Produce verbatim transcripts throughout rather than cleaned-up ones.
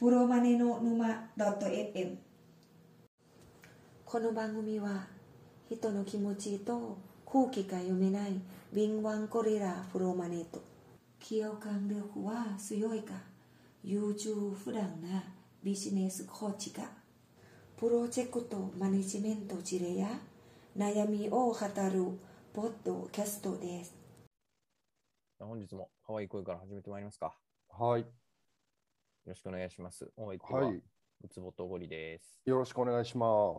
プロマネの沼 .fm。 この番組は人の気持ちと空気が読めない敏腕ゴリラプロマネと共感力は強いか優柔不断なビジネスコーチがプロジェクトマネジメント事例や悩みを語るポッドキャストです。 本日も可愛い声から始めてまいりますか。 はい。よろしくお願いします。お相手は、 はい、 うつぼとゴリです。 よろしくお願いします。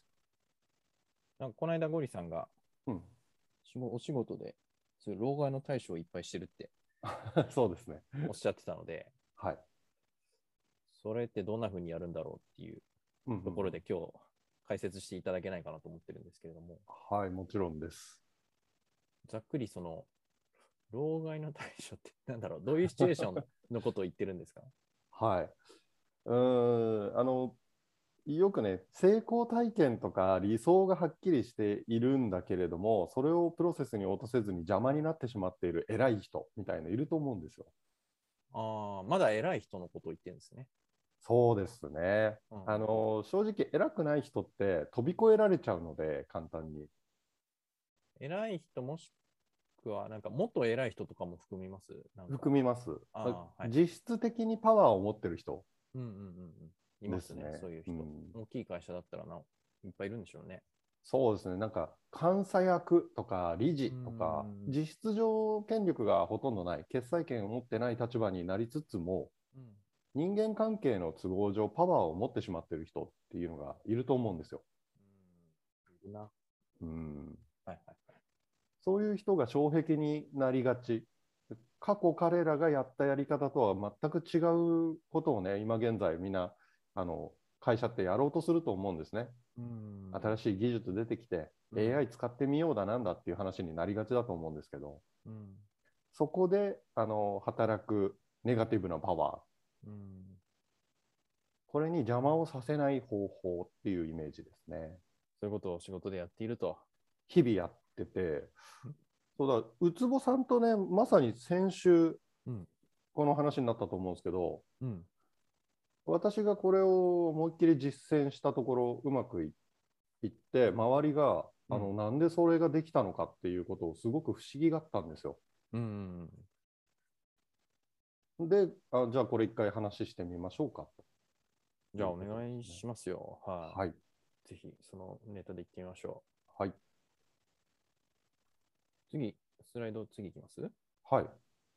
なんかこの間ゴリさんが、 うん、 お仕事でそういう老害の対処をいっぱいしてるってそうですね。 おっしゃってたので、 はい。 それってどんな風にやるんだろうっていうところで今日解説していただけないかなと思ってるんですけれども。 はい、もちろんです。 ざっくりその老害の対処ってなんだろう、どういうシチュエーションのことを言ってるんですか？ はい。うーん、あの、よくね、成功体験とか理想がはっきりしているんだけれども、それをプロセスに落とせずに邪魔になってしまっている偉い人みたいのいると思うんですよ。 ああ、まだ偉い人のことを言ってるんですね。 そうですね。うん、あの正直偉くない人って飛び越えられちゃうので、簡単に。 偉い人もしくはなんかもっと偉い人とかも含みます？なんか含みます。 あ、はい、 実質的にパワーを持ってる人。 うんうんうんうん。いますね、そういう人、うん。大きい会社だったらないっぱいいるんでしょうね。 そうですね。なんか監査役とか理事とか、実質上権力がほとんどない、決裁権を持ってない立場になりつつも、うん、人間関係の都合上パワーを持ってしまっている人っていうのがいると思うんですよ。 うん、いるな。 うん。 はいはい。 そういう人が障壁になりがち。過去彼らがやったやり方とは全く違うことをね、今現在みんなあの会社ってやろうとすると思うんですね。うん、新しい技術出てきて、うん、エーアイ 使ってみようだなんだっていう話になりがちだと思うんですけど、うん、そこであの働くネガティブなパワー、うん、これに邪魔をさせない方法っていうイメージですね。 そういうことを仕事でやっていると。 日々やってて、そうだ、うつぼさんとね、まさに先週、うん、この話になったと思うんですけど、うん、私がこれを思いっきり実践したところ、うまくいって、周りが、うん、あのなんでそれができたのかっていうことをすごく不思議がったんですよ。うんうん、であ、じゃあこれ一回話してみましょうかと。 じゃあお願いしますよ。はい。 はい、 ぜひそのネタでいってみましょう。はい。 次、スライド次いきます？ はい。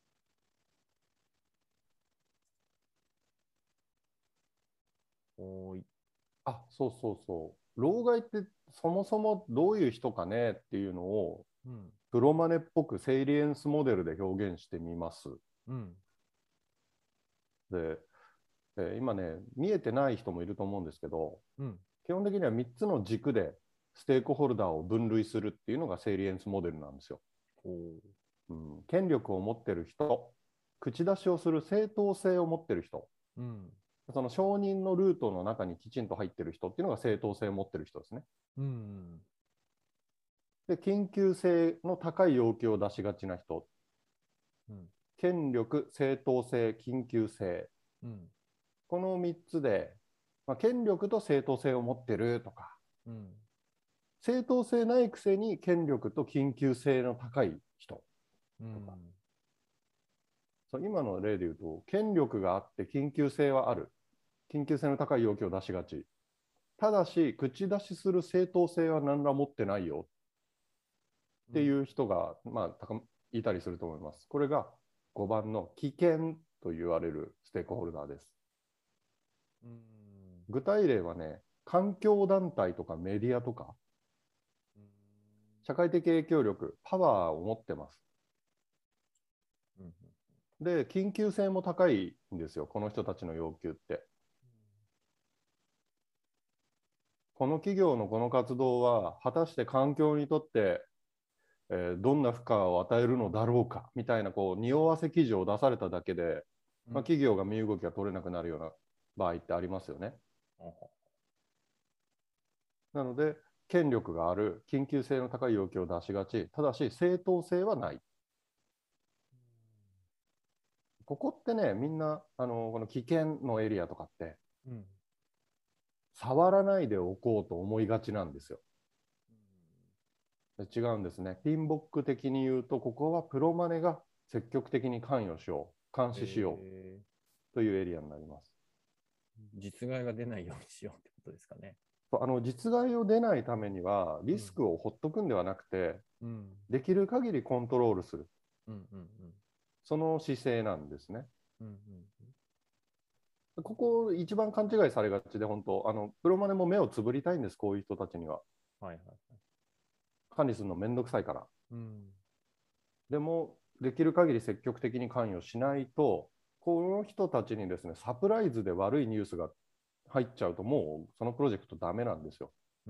おーい。 あ、そうそうそう。老害ってそもそもどういう人かねっていうのを、うん、プロマネっぽくセイリエンスモデルで表現してみます。うん、で、えー、今ね、見えてない人もいると思うんですけど、うん、基本的にはみっつの軸でステークホルダーを分類するっていうのがセイリエンスモデルなんですよ。うん、権力を持ってる人、口出しをする正当性を持ってる人、うん、その承認のルートの中にきちんと入ってる人っていうのが正当性を持ってる人ですね。うん、で、緊急性の高い要求を出しがちな人、うん、権力、正当性、緊急性、うん、このみっつで、まあ、権力と正当性を持ってるとか、うん、正当性ないくせに権力と緊急性の高い人とか、うん、そう今の例で言うと、権力があって緊急性はある。緊急性の高い要求を出しがち。ただし、口出しする正当性は何ら持ってないよっていう人が、うん、まあ、いたりすると思います。これがごばんの危険と言われるステークホルダーです。うん、具体例はね、環境団体とかメディアとか、うん、社会的影響力、パワーを持ってます。うん、で、緊急性も高いんですよ、この人たちの要求って。この企業のこの活動は、果たして環境にとって、えー、どんな負荷を与えるのだろうかみたいなこう匂わせ記事を出されただけで、まあ、企業が身動きが取れなくなるような場合ってありますよね。うん、なので、権力がある、緊急性の高い要求を出しがち、ただし正当性はない。 ここってね、みんなあのこの危険のエリアとかって、うん、触らないでおこうと思いがちなんですよ。違うんですね。ピンボック的に言うと、ここはプロマネが積極的に関与しよう、監視しようというエリアになります。 実害が出ないようにしようってことですかね。 あの実害を出ないためには、リスクをほっとくんではなくて、うん、できる限りコントロールする、うんうんうん、その姿勢なんですね。うんうんうん、ここ一番勘違いされがちで、本当あのプロマネも目をつぶりたいんです、こういう人たちには。はいはいはい、管理するのめんどくさいから。うん、でも、できる限り積極的に関与しないと、この人たちにですね、サプライズで悪いニュースが入っちゃうと、もうそのプロジェクトダメなんですよ。うん、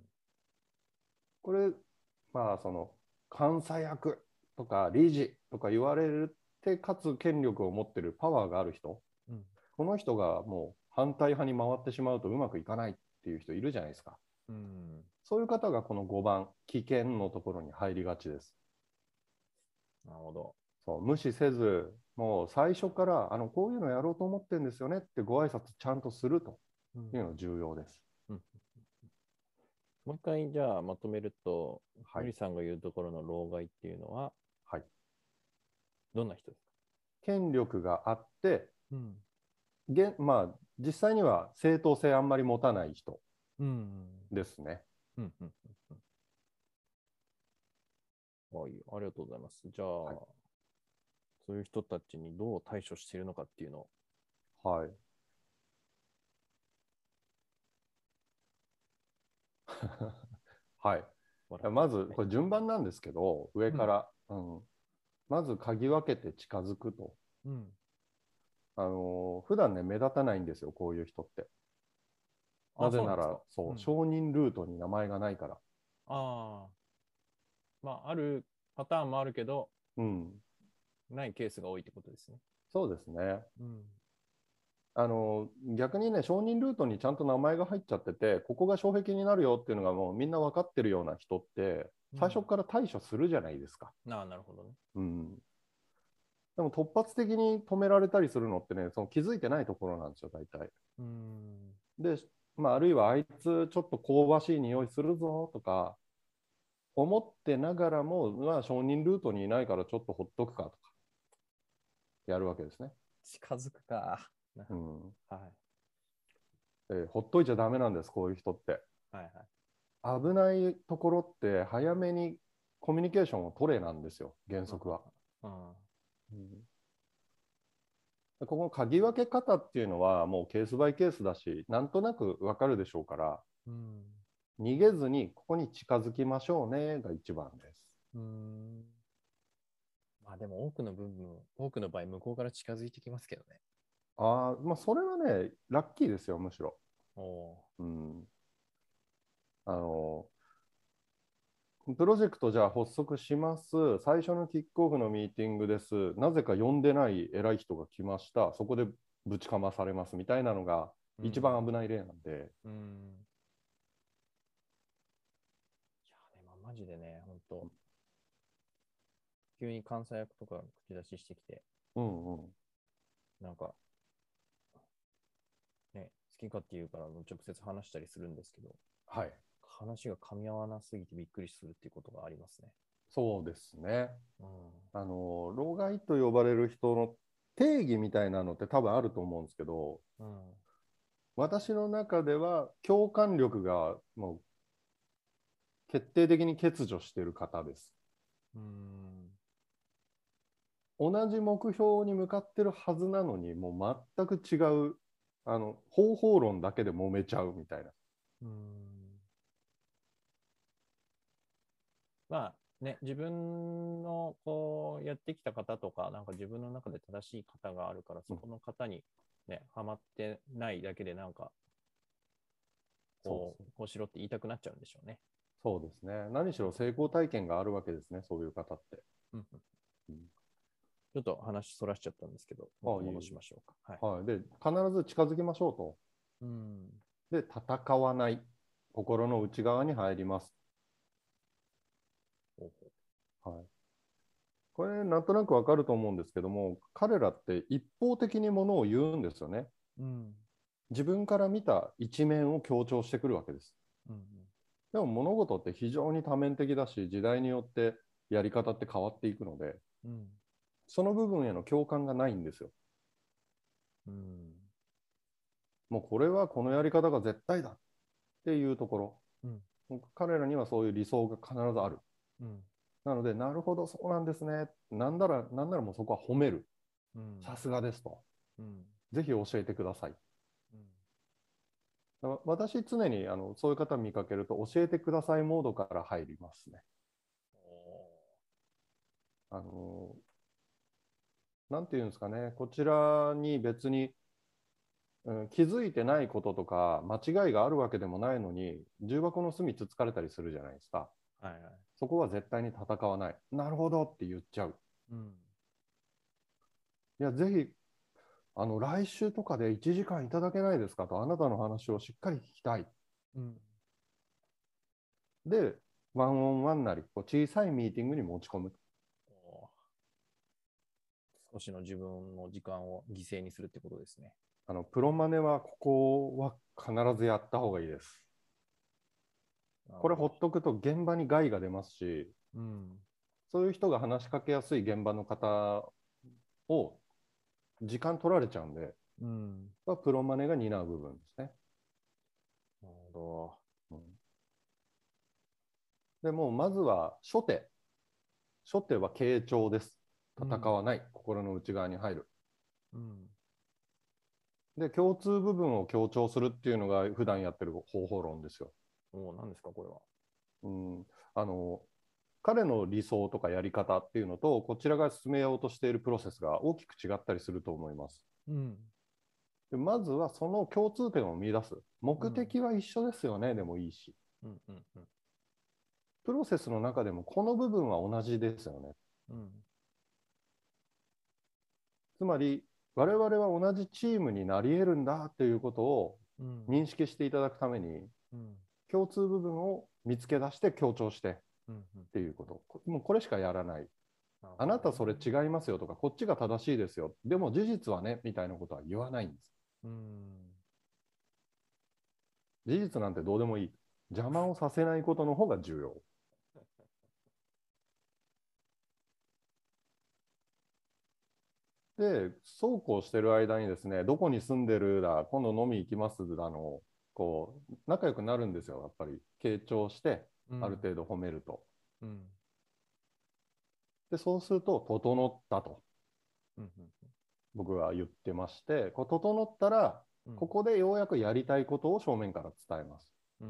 これ、まあ、その監査役とか理事とか言われるって、かつ権力を持ってるパワーがある人、うん、この人がもう反対派に回ってしまうとうまくいかないっていう人いるじゃないですか。うん、そういう方がこのごばん、危険のところに入りがちです。なるほど。そう無視せず、もう最初からあのこういうのやろうと思ってるんですよねってご挨拶ちゃんとするというのが重要です。うんうん、 もう一回じゃあまとめると、はい、森さんが言うところの老害っていうのは、はい、どんな人ですか？ 権力があって、うん、げまあ、実際には正当性あんまり持たない人ですね。 はい、ありがとうございます。じゃあ、はい、そういう人たちにどう対処しているのかっていうのを。はい。 はい。まず、これ順番なんですけど、上から、うんうん、まず嗅ぎ分けて近づくと。うん、あの普段ね、目立たないんですよ、こういう人って。なぜなら、そう、うん、承認ルートに名前がないから。ああ。まあ、あるパターンもあるけど、うん、ないケースが多いってことですね。 そうですね。うん、あの逆にね、承認ルートにちゃんと名前が入っちゃってて、ここが障壁になるよっていうのがもうみんな分かってるような人って、最初から対処するじゃないですか。 うん、ああ、なるほどね。 うん。でも突発的に止められたりするのってね、その気づいてないところなんですよ、大体。うん、で、まあ、あるいはあいつちょっと香ばしい匂いするぞとか思ってながらも、まあ、承認ルートにいないからちょっとほっとくかとかやるわけですね。 近づくか。うん、 はい。えー、ほっといちゃダメなんです、こういう人って。はいはい、危ないところって早めにコミュニケーションを取れなんですよ、原則は。うんうんうん、ここ鍵分け方っていうのはもうケースバイケースだし、なんとなく分かるでしょうから、うん、逃げずにここに近づきましょうねが一番です。うん、 まあでも多くの部分、多くの場合向こうから近づいてきますけどね。 ああ、まあそれはね、ラッキーですよ、むしろ。おうん、あのプロジェクトじゃあ発足します。最初のキックオフのミーティングです。なぜか呼んでない偉い人が来ました。そこでぶちかまされますみたいなのが一番危ない例なんで。うん。うん、いや、ね、まあ、マジでね、本当、うん、急に監査役とか口出ししてきて、うんうん、なんか、ね、好きかって言うから直接話したりするんですけど、はい。話が噛み合わなすぎてびっくりするっていうことがありますね。 そうですね。うん、あの老害と呼ばれる人の定義みたいなのって多分あると思うんですけど、うん、私の中では共感力がもう決定的に欠如している方です。うん、同じ目標に向かってるはずなのに、もう全く違うあの方法論だけで揉めちゃうみたいな。うん、 まあね、自分のこうやってきた方とか、なんか自分の中で正しい方があるから、そこの方にね、はまってないだけで、なんかこう、こうしろって言いたくなっちゃうんでしょうね。 そうですね。何しろ成功体験があるわけですね、そういう方って。うんうん、ちょっと話そらしちゃったんですけど、戻しましょうか。はいはい、で、必ず近づきましょうと。うん、で、戦わない。心の内側に入ります。はい、 これ、なんとなくわかると思うんですけども、彼らって一方的にものを言うんですよね。うん、自分から見た一面を強調してくるわけです。うんうん、でも物事って非常に多面的だし、時代によってやり方って変わっていくので、うん、その部分への共感がないんですよ。うん、もうこれはこのやり方が絶対だっていうところ、うん、彼らにはそういう理想が必ずある。うん、なので、なるほど、そうなんですね。なんなら、なんならもうそこは褒める。さすがですと。うん、ぜひ教えてください。うん、私、常にあのそういう方見かけると、教えてくださいモードから入りますね。あの、なんていうんですかね、こちらに別に、うん、気づいてないこととか、間違いがあるわけでもないのに、重箱の隅つつかれたりするじゃないですか。はいはい、そこは絶対に戦わない。なるほどって言っちゃう。うん、いや、ぜひ、あの、来週とかでいちじかんいただけないですかと、あなたの話をしっかり聞きたい。うん、で、ワンオンワンなり、こう小さいミーティングに持ち込む。 少しの自分の時間を犠牲にするってことですね。 あの、プロマネは、ここは必ずやった方がいいです。これほっとくと現場に害が出ますし、うん、そういう人が話しかけやすい現場の方を時間取られちゃうんで、うん、プロマネが担う部分ですね。なるほど。うん、でも、まずは初手。初手は傾聴です。戦わない、うん、心の内側に入る。うん、で、共通部分を強調するっていうのが普段やってる方法論ですよ。 お、何ですか、これは。 うん、あの、彼の理想とかやり方っていうのと、こちらが進めようとしているプロセスが大きく違ったりすると思います。うん、でまずはその共通点を見出す。目的は一緒ですよね、うん、でもいいし。うんうんうん、プロセスの中でもこの部分は同じですよね。うん、つまり、我々は同じチームになり得るんだということを認識していただくために、うん、共通部分を見つけ出して強調してっていうこと。もうこれしかやらない。あなたそれ違いますよとか、こっちが正しいですよ。でも事実はね、みたいなことは言わないんです。うん、事実なんてどうでもいい。邪魔をさせないことの方が重要。で、そうこうしてる間にですね、どこに住んでるだ、今度飲み行きますだの、こう、仲良くなるんですよ、やっぱり。傾聴して、ある程度褒めると。うんうん、で、そうすると、整ったと、僕は言ってまして、こう整ったら、ここでようやくやりたいことを正面から伝えます。うん、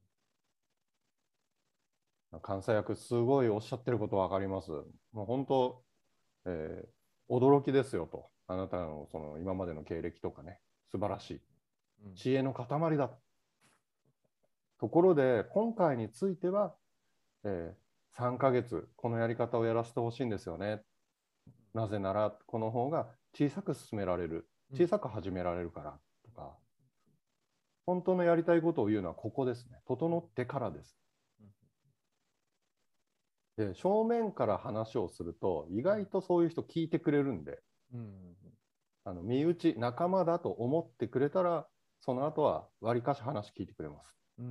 関西役、すごいおっしゃってることわかります。もう本当、えー、驚きですよと。あなたのその今までの経歴とかね、素晴らしい。知恵の塊だ。ところで、今回については、えー、さんかげつ、このやり方をやらせてほしいんですよね。なぜなら、この方が小さく進められる。小さく始められるからとか、本当のやりたいことを言うのはここですね。整ってからです。で、正面から話をすると、意外とそういう人聞いてくれるんで、うん、あの身内、仲間だと思ってくれたら、その後はわりかし話聞いてくれます。うん、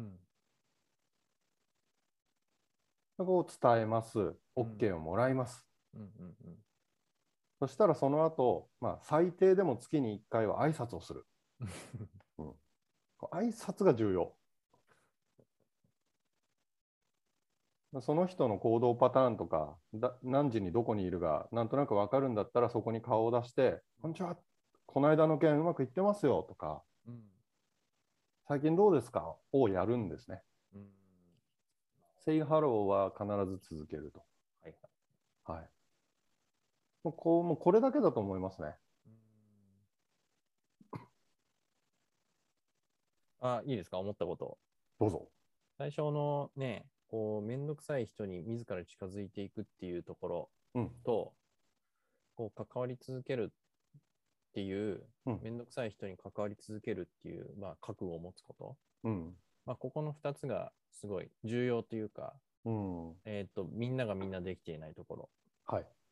そこを伝えます。OK をもらいます。うんうんうんうん、そしたらその後、まあ、最低でも月にいっかいは挨拶をする。うん、挨拶が重要。その人の行動パターンとか、だ何時にどこにいるが、なんとなく分かるんだったら、そこに顔を出して、こんにちは、この間の件うまくいってますよとか、うん、最近どうですかをやるんですね。うん、セイハローは必ず続けると。はいはい。はい、もうこうもうこれだけだと思いますね。 あ、いいですか、思ったこと。 どうぞ。 最初のね、こう、めんどくさい人に自ら近づいていくっていうところと、うん、こう、関わり続けるっていう、うん、めんどくさい人に関わり続けるっていう、まあ、覚悟を持つこと。うん、まあ、ここのふたつがすごい重要というか、うん、えっと、みんながみんなできていないところ。はい。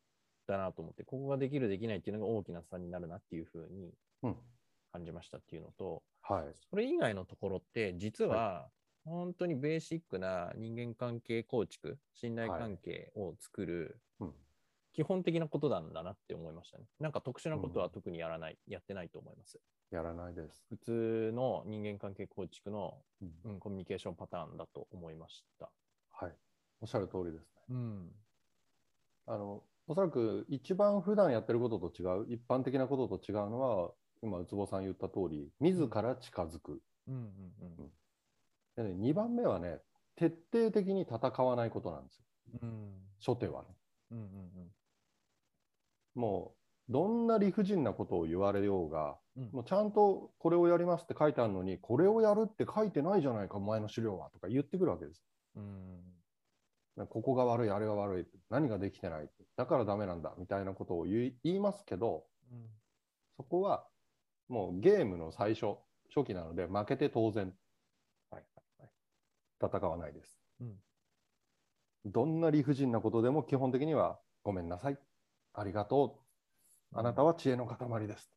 だなと思って、ここができる、できないっていうのが大きな差になるなっていうふうに感じましたっていうのと、 うん、はい、 それ以外のところって、実は本当にベーシックな人間関係構築、信頼関係を作る基本的なことなんだなって思いましたね。なんか特殊なことは特にやらない、うん、やってないと思います。 やらないです。 普通の人間関係構築の、うん、コミュニケーションパターンだと思いました。 はい、おっしゃる通りですね。 うん、 あのおそらく一番普段やってることと違う、一般的なことと違うのは、今、ウツボさん言った通り、自ら近づく。でね、にばんめはね、徹底的に戦わないことなんですよ。うん、初手はね。うんうんうん、もう、どんな理不尽なことを言われようが、うん、もうちゃんとこれをやりますって書いてあるのに、これをやるって書いてないじゃないか、お前の資料はとか言ってくるわけです。うん、ここが悪い、あれが悪い、何ができてない、だからダメなんだみたいなことを言い、言いますけど、うん、そこはもうゲームの最初、初期なので負けて当然、はいはいはい、戦わないです。うん、どんな理不尽なことでも基本的にはごめんなさい、ありがとう、あなたは知恵の塊です。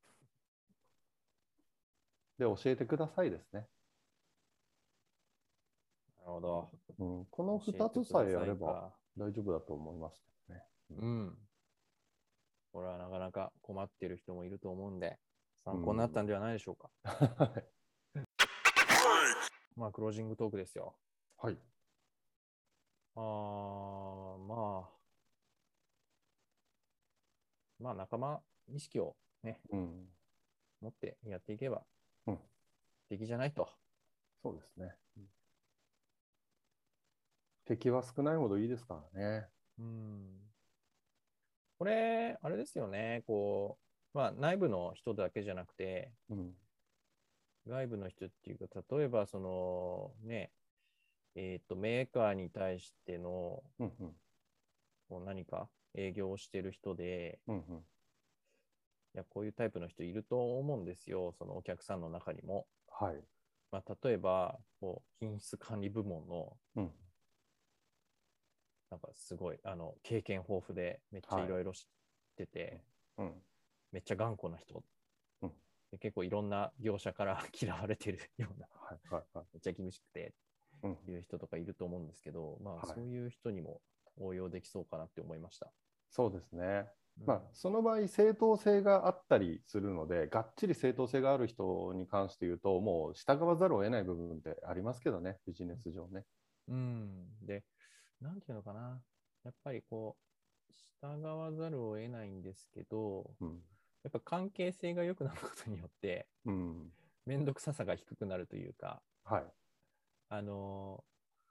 で、教えてくださいですね。 なるほど。 うん、このふたつさえやれば大丈夫だと思いますけどね。 うん。これはなかなか困っている人もいると思うんで、参考になったんではないでしょうか。うん、まあ、クロージングトークですよ。 はい。 あまあ、まあ、仲間意識をね、うん、持ってやっていけば、うん、敵じゃないと。 そうですね。うん、敵は少ないほどいいですからね。うん、 これ、あれですよね、こう、まあ、内部の人だけじゃなくて、うん、外部の人っていうか、例えば、その、ね、えっと、メーカーに対しての、うんうん、こう何か営業をしている人で、うんうん、いや、こういうタイプの人いると思うんですよ、そのお客さんの中にも。 はい。 まあ、例えば、こう品質管理部門の、うん、なんかすごいあの経験豊富でめっちゃいろいろ知ってて、はい、うん、めっちゃ頑固な人、うん、で結構いろんな業者から嫌われてるような、はいはいはい、めっちゃ厳しくていう人とかいると思うんですけど、うん、まあ、そういう人にも応用できそうかなって思いました。 そうですね。うん、まあ、その場合正当性があったりするので、がっちり正当性がある人に関して言うと、もう従わざるを得ない部分ってありますけどね、ビジネス上ね。 うん、でなんていうのかな、やっぱりこう、従わざるを得ないんですけど、うん、やっぱ関係性が良くなることによって、うん、めんどくささが低くなるというか、はい、あの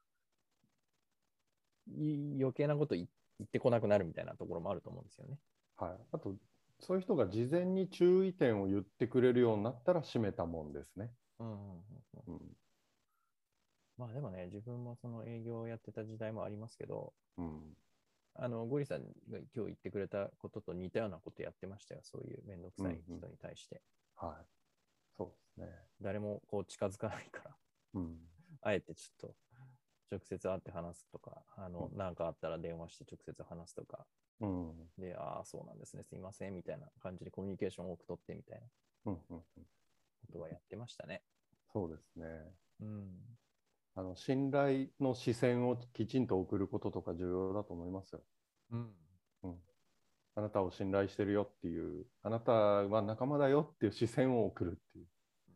ー、余計なこと言ってこなくなるみたいなところもあると思うんですよね。 はい、あと、そういう人が事前に注意点を言ってくれるようになったら閉めたもんですね。うんうんうんうん、 まあでもね、自分もその営業をやってた時代もありますけど、うん、あのゴリさんが今日言ってくれたことと似たようなことやってましたよ、そういうめんどくさい人に対して。 うんうん、はい、そうですね。 誰もこう近づかないから、うん、あえてちょっと直接会って話すとか、あの、何、うん、かあったら電話して直接話すとか、うん、で、ああ、そうなんですね、すいませんみたいな感じでコミュニケーションを多く取ってみたいなことはやってましたね。 そうですね。うん、あの信頼の視線をきちんと送ることとか重要だと思いますよ。うんうん、あなたを信頼してるよっていう、あなたは仲間だよっていう視線を送るっていう。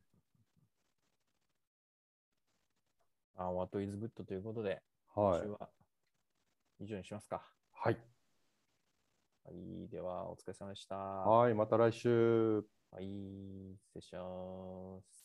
あ、What is good ということで、 はい、 今週は以上にしますか。 はい。 はい、ではお疲れ様でした。 はい、また来週。 はい、失礼します。